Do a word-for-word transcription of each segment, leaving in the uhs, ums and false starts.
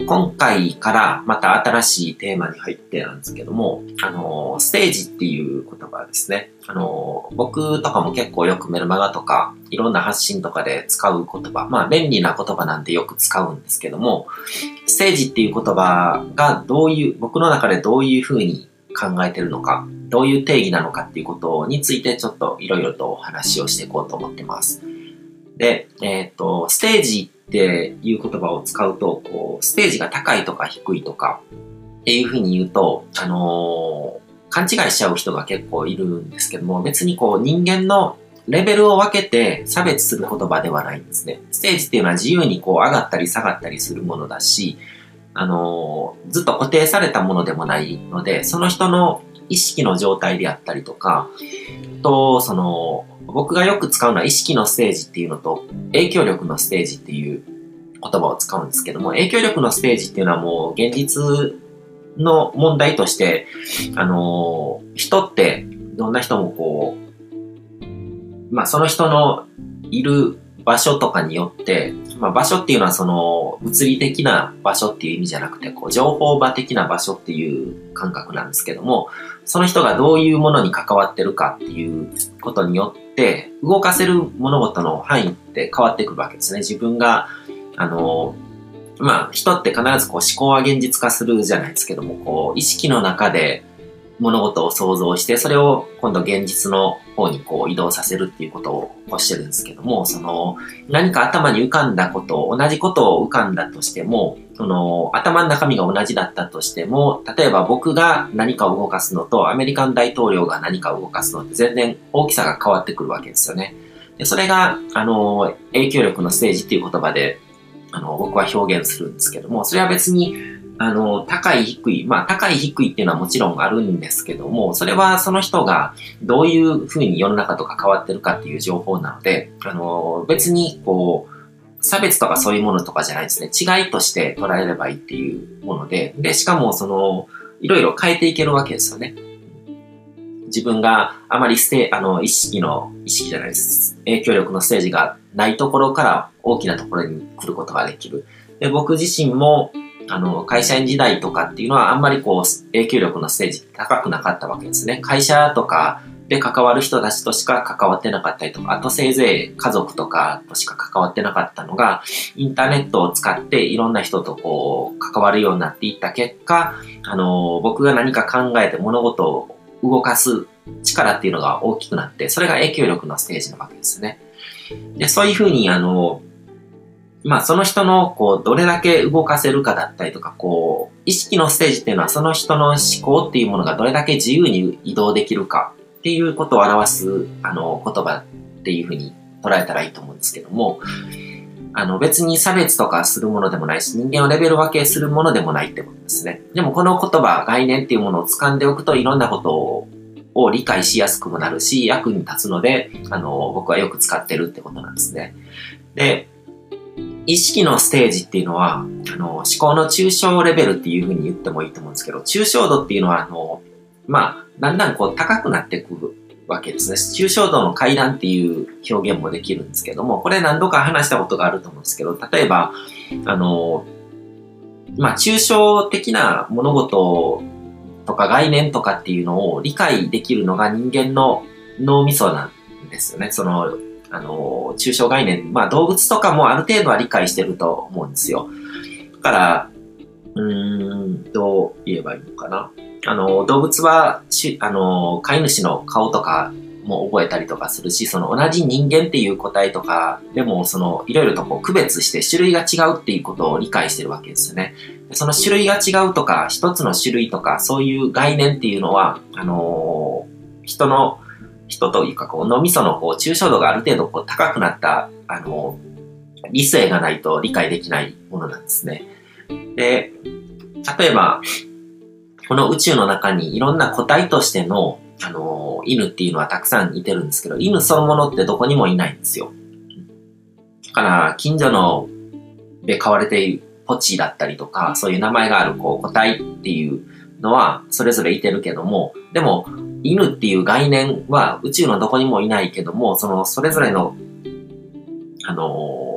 今回からまた新しいテーマに入ってなんですけども、あの、ステージっていう言葉ですね。あの、僕とかも結構よくメルマガとか、いろんな発信とかで使う言葉、まあ便利な言葉なんでよく使うんですけども、ステージっていう言葉がどういう、僕の中でどういうふうに考えてるのか、どういう定義なのかっていうことについてちょっといろいろとお話をしていこうと思ってます。で、えっと、ステージっていう言葉を使うと、こう、ステージが高いとか低いとかっていうふうに言うと、あのー、勘違いしちゃう人が結構いるんですけども、別にこう人間のレベルを分けて差別する言葉ではないんですね。ステージっていうのは自由にこう上がったり下がったりするものだし、あのー、ずっと固定されたものでもないので、その人の意識の状態であったりとか、と、その、僕がよく使うのは意識のステージっていうのと影響力のステージっていう言葉を使うんですけども、影響力のステージっていうのはもう現実の問題として、あのー、人ってどんな人もこう、まあその人のいる場所とかによって、まあ場所っていうのはその物理的な場所っていう意味じゃなくて、こう情報場的な場所っていう感覚なんですけども、その人がどういうものに関わってるかっていうことによって、動かせる物事の範囲って変わってくるわけですね。自分が、あの、まあ人って必ずこう思考は現実化するじゃないですけども、こう意識の中で物事を想像して、それを今度現実の方にこう移動させるっていうことを起こしてるんですけども、その何か頭に浮かんだこと、同じことを浮かんだとしても、その頭の中身が同じだったとしても、例えば僕が何かを動かすのとアメリカン大統領が何かを動かすのって全然大きさが変わってくるわけですよね。でそれが、あの、影響力のステージっていう言葉で、あの、僕は表現するんですけども、それは別にあの、高い低い。まあ、高い低いっていうのはもちろんあるんですけども、それはその人がどういうふうに世の中と関わってるかっていう情報なので、あの、別にこう、差別とかそういうものとかじゃないですね。違いとして捉えればいいっていうもので、で、しかもその、いろいろ変えていけるわけですよね。自分があまりステ、あの、意識の、意識じゃないです。影響力のステージがないところから大きなところに来ることができる。で、僕自身も、あの、会社員時代とかっていうのはあんまりこう、影響力のステージ高くなかったわけですね。会社とかで関わる人たちとしか関わってなかったりとか、あとせいぜい家族とかとしか関わってなかったのが、インターネットを使っていろんな人とこう、関わるようになっていった結果、あの、僕が何か考えて物事を動かす力っていうのが大きくなって、それが影響力のステージなわけですね。で、そういうふうに、あの、まあその人のこうどれだけ動かせるかだったりとか、こう意識のステージっていうのはその人の思考っていうものがどれだけ自由に移動できるかっていうことを表すあの言葉っていうふうに捉えたらいいと思うんですけども、あの別に差別とかするものでもないし、人間をレベル分けするものでもないってことですね。でもこの言葉、概念っていうものを掴んでおくといろんなことをを理解しやすくもなるし、役に立つので、あの僕はよく使ってるってことなんですね。で、意識のステージっていうのは、あの、思考の抽象レベルっていう風に言ってもいいと思うんですけど、抽象度っていうのは、あの、まあ、だんだんこう高くなってくるわけですね。抽象度の階段っていう表現もできるんですけども、これ何度か話したことがあると思うんですけど、例えば、あの、まあ、抽象的な物事とか概念とかっていうのを理解できるのが人間の脳みそなんですよね。その、あの、抽象概念、まあ動物とかもある程度は理解してると思うんですよ。だから、うーん、どう言えばいいのかな。あの、動物は、しあの、飼い主の顔とかも覚えたりとかするし、その同じ人間っていう個体とかでも、その、いろいろとこう区別して種類が違うっていうことを理解してるわけですよね。その種類が違うとか、一つの種類とか、そういう概念っていうのは、あの、人の、人というか、こう、脳みそのこう抽象度がある程度こう高くなった、あの、理性がないと理解できないものなんですね。で、例えば、この宇宙の中にいろんな個体としての、あの、犬っていうのはたくさんいてるんですけど、犬そのものってどこにもいないんですよ。だから、近所ので飼われているポチだったりとか、そういう名前があるこう個体っていうのはそれぞれいてるけども、でも、犬っていう概念は宇宙のどこにもいないけども、そのそれぞれの、あの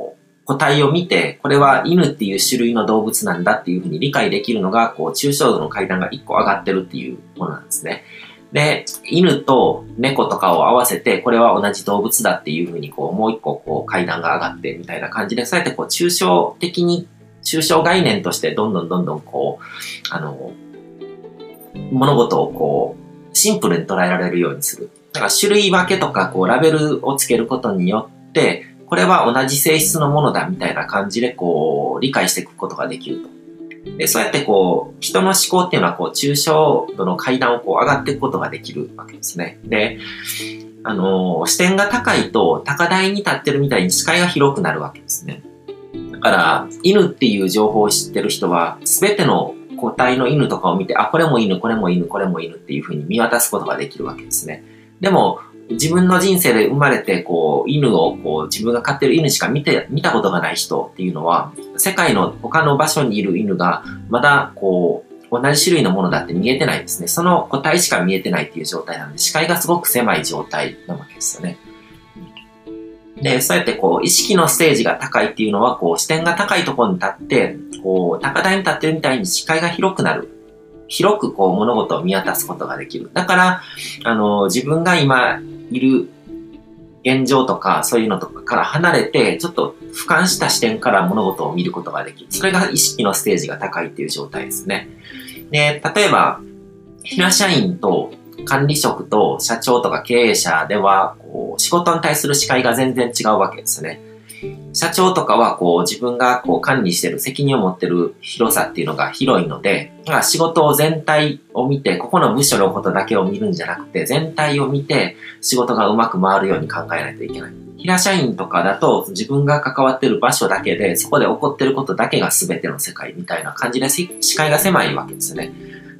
個体を見て、これは犬っていう種類の動物なんだっていうふうに理解できるのが、こう、抽象度の階段がいっこ上がってるっていうものなんですね。で、犬と猫とかを合わせて、これは同じ動物だっていうふうに、こう、もう一個、こう、階段が上がってみたいな感じで、そうやって、こう、抽象的に、抽象概念として、どんどんどんどん、こう、あの、物事を、こう、シンプルに捉えられるようにする。だから、種類分けとか、こう、ラベルをつけることによって、これは同じ性質のものだ、みたいな感じで、こう、理解していくことができると。で、そうやってこう、人の思考っていうのはこう、抽象度の階段をこう上がっていくことができるわけですね。で、あのー、視点が高いと高台に立ってるみたいに視界が広くなるわけですね。だから、犬っていう情報を知ってる人は、すべての個体の犬とかを見て、あ、これも犬、これも犬、これも犬っていう風に見渡すことができるわけですね。でも、自分の人生で生まれて、こう、犬を、こう、自分が飼ってる犬しか見て、見たことがない人っていうのは、世界の他の場所にいる犬が、まだ、こう、同じ種類のものだって見えてないですね。その個体しか見えてないっていう状態なんで、視界がすごく狭い状態なわけですよね。で、そうやってこう、意識のステージが高いっていうのは、こう、視点が高いところに立って、こう、高台に立ってるみたいに視界が広くなる。広くこう、物事を見渡すことができる。だから、あの、自分が今、いる現状とかそういうのとかから離れてちょっと俯瞰した視点から物事を見ることができる。それが意識のステージが高いっていう状態ですね。で、例えば平社員と管理職と社長とか経営者ではこう仕事に対する視界が全然違うわけですね。社長とかはこう自分がこう管理してる責任を持ってる広さっていうのが広いので、仕事を全体を見て、ここの部署のことだけを見るんじゃなくて、全体を見て仕事がうまく回るように考えないといけない。平社員とかだと自分が関わってる場所だけで、そこで起こってることだけが全ての世界みたいな感じで視界が狭いわけですね。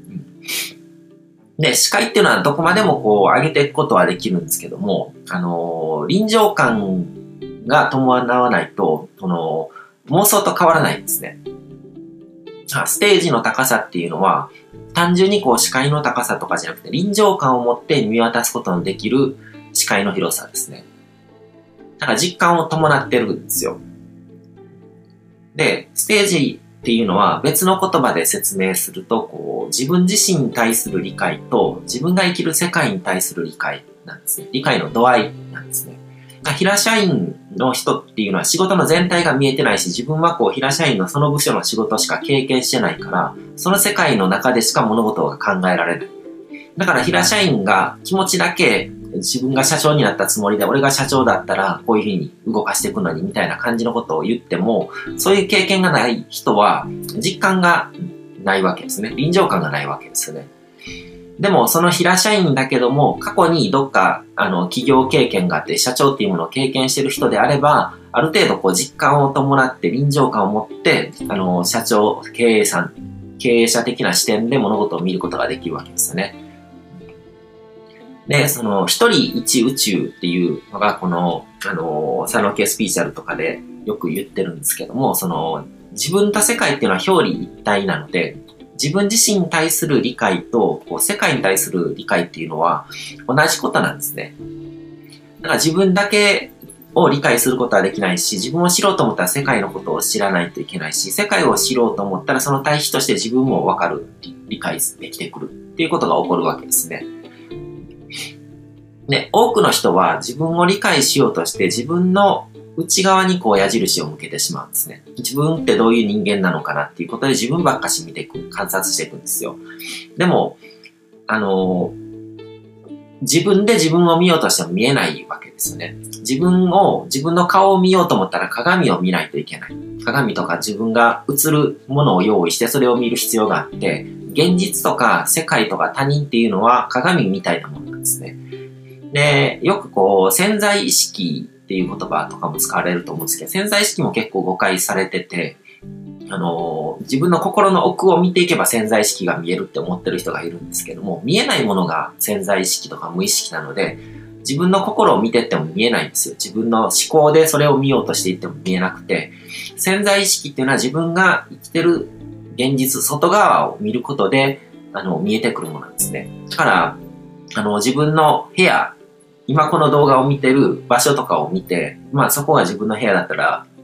で、視界っていうのはどこまでもこう上げていくことはできるんですけども、あのー、臨場感が伴わないと、この妄想と変わらないんですね。ステージの高さっていうのは、単純にこう視界の高さとかじゃなくて、臨場感を持って見渡すことのできる視界の広さですね。だから実感を伴ってるんですよ。で、ステージっていうのは別の言葉で説明すると、こう自分自身に対する理解と自分が生きる世界に対する理解なんですね。理解の度合いなんですね。平社員の人っていうのは仕事の全体が見えてないし、自分はこう平社員のその部署の仕事しか経験してないから、その世界の中でしか物事が考えられない。だから平社員が気持ちだけ自分が社長になったつもりで、俺が社長だったらこういうふうに動かしていくのにみたいな感じのことを言っても、そういう経験がない人は実感がないわけですね。臨場感がないわけですよね。でも、その平社員だけども、過去にどっか、あの、企業経験があって、社長っていうものを経験してる人であれば、ある程度、こう、実感を伴って、臨場感を持って、あの、社長、経営さん、経営者的な視点で物事を見ることができるわけですよね。で、その、一人一宇宙っていうのが、この、あの、佐野系スピーチャルとかでよく言ってるんですけども、その、自分と世界っていうのは表裏一体なので、自分自身に対する理解とこう世界に対する理解っていうのは同じことなんですね。だから自分だけを理解することはできないし、自分を知ろうと思ったら世界のことを知らないといけないし、世界を知ろうと思ったらその対比として自分もわかる、理解できてくるっていうことが起こるわけですね。で、多くの人は自分を理解しようとして自分の内側にこう矢印を向けてしまうんですね。自分ってどういう人間なのかなっていうことで自分ばっかし見ていく、観察していくんですよ。でも、あのー、自分で自分を見ようとしても見えないわけですよね。自分を、自分の顔を見ようと思ったら鏡を見ないといけない。鏡とか自分が映るものを用意してそれを見る必要があって、現実とか世界とか他人っていうのは鏡みたいなものなんですね。で、よくこう潜在意識っていう言葉とかも使われると思うんですけど、潜在意識も結構誤解されてて、あのー、自分の心の奥を見ていけば潜在意識が見えるって思ってる人がいるんですけども、見えないものが潜在意識とか無意識なので、自分の心を見てっても見えないんですよ。自分の思考でそれを見ようとしていっても見えなくて、潜在意識っていうのは自分が生きてる現実、外側を見ることで、あの、見えてくるものなんですね。だから、あの、自分の部屋、今この動画を見てる場所とかを見て、まあそこが自分の部屋だったら、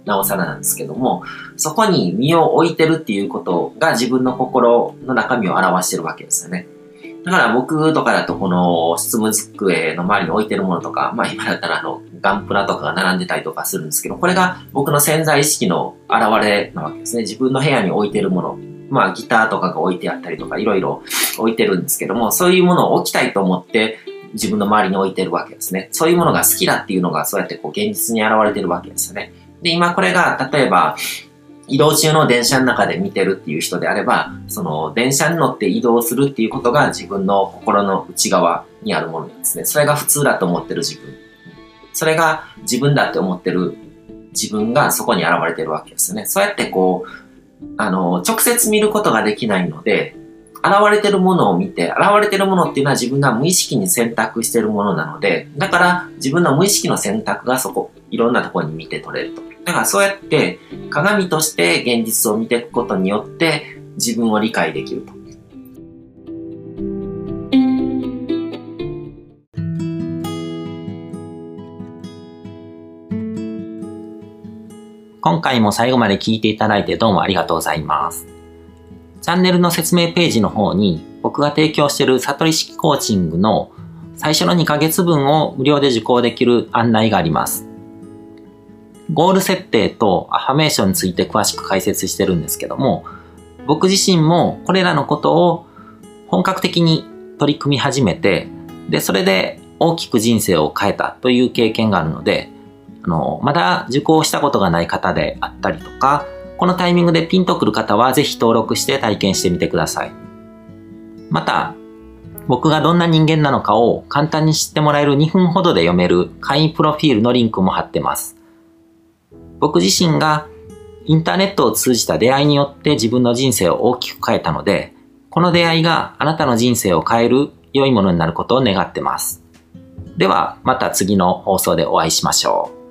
なおさらなんですけども、そこに身を置いてるっていうことが自分の心の中身を表してるわけですよね。だから僕とかだとこの執務机の周りに置いてるものとか、まあ今だったらあのガンプラとかが並んでたりとかするんですけど、これが僕の潜在意識の現れなわけですね。自分の部屋に置いてるもの。まあギターとかが置いてあったりとかいろいろ置いてるんですけども、そういうものを置きたいと思って自分の周りに置いてるわけですね。そういうものが好きだっていうのがそうやってこう現実に現れてるわけですよね。で、今これが例えば移動中の電車の中で見てるっていう人であれば、その電車に乗って移動するっていうことが自分の心の内側にあるものなんですね。それが普通だと思ってる自分。それが自分だって思ってる自分がそこに現れてるわけですよね。そうやってこう、あの、直接見ることができないので、現れてるものを見て、現れてるものっていうのは自分が無意識に選択してるものなので、だから自分の無意識の選択がそこ、いろんなところに見て取れると。だからそうやって鏡として現実を見ていくことによって自分を理解できると。 今回も最後まで聞いていただいてどうもありがとうございます。チャンネルの説明ページの方に僕が提供している悟り式コーチングの最初のにかげつぶんを無料で受講できる案内があります。ゴール設定とアファメーションについて詳しく解説してるんですけども、僕自身もこれらのことを本格的に取り組み始めて、で、それで大きく人生を変えたという経験があるので、あの、まだ受講したことがない方であったりとか、このタイミングでピンとくる方はぜひ登録して体験してみてください。また、僕がどんな人間なのかを簡単に知ってもらえるにふんほどで読める会員プロフィールのリンクも貼ってます。僕自身がインターネットを通じた出会いによって自分の人生を大きく変えたので、この出会いがあなたの人生を変える良いものになることを願ってます。ではまた次の放送でお会いしましょう。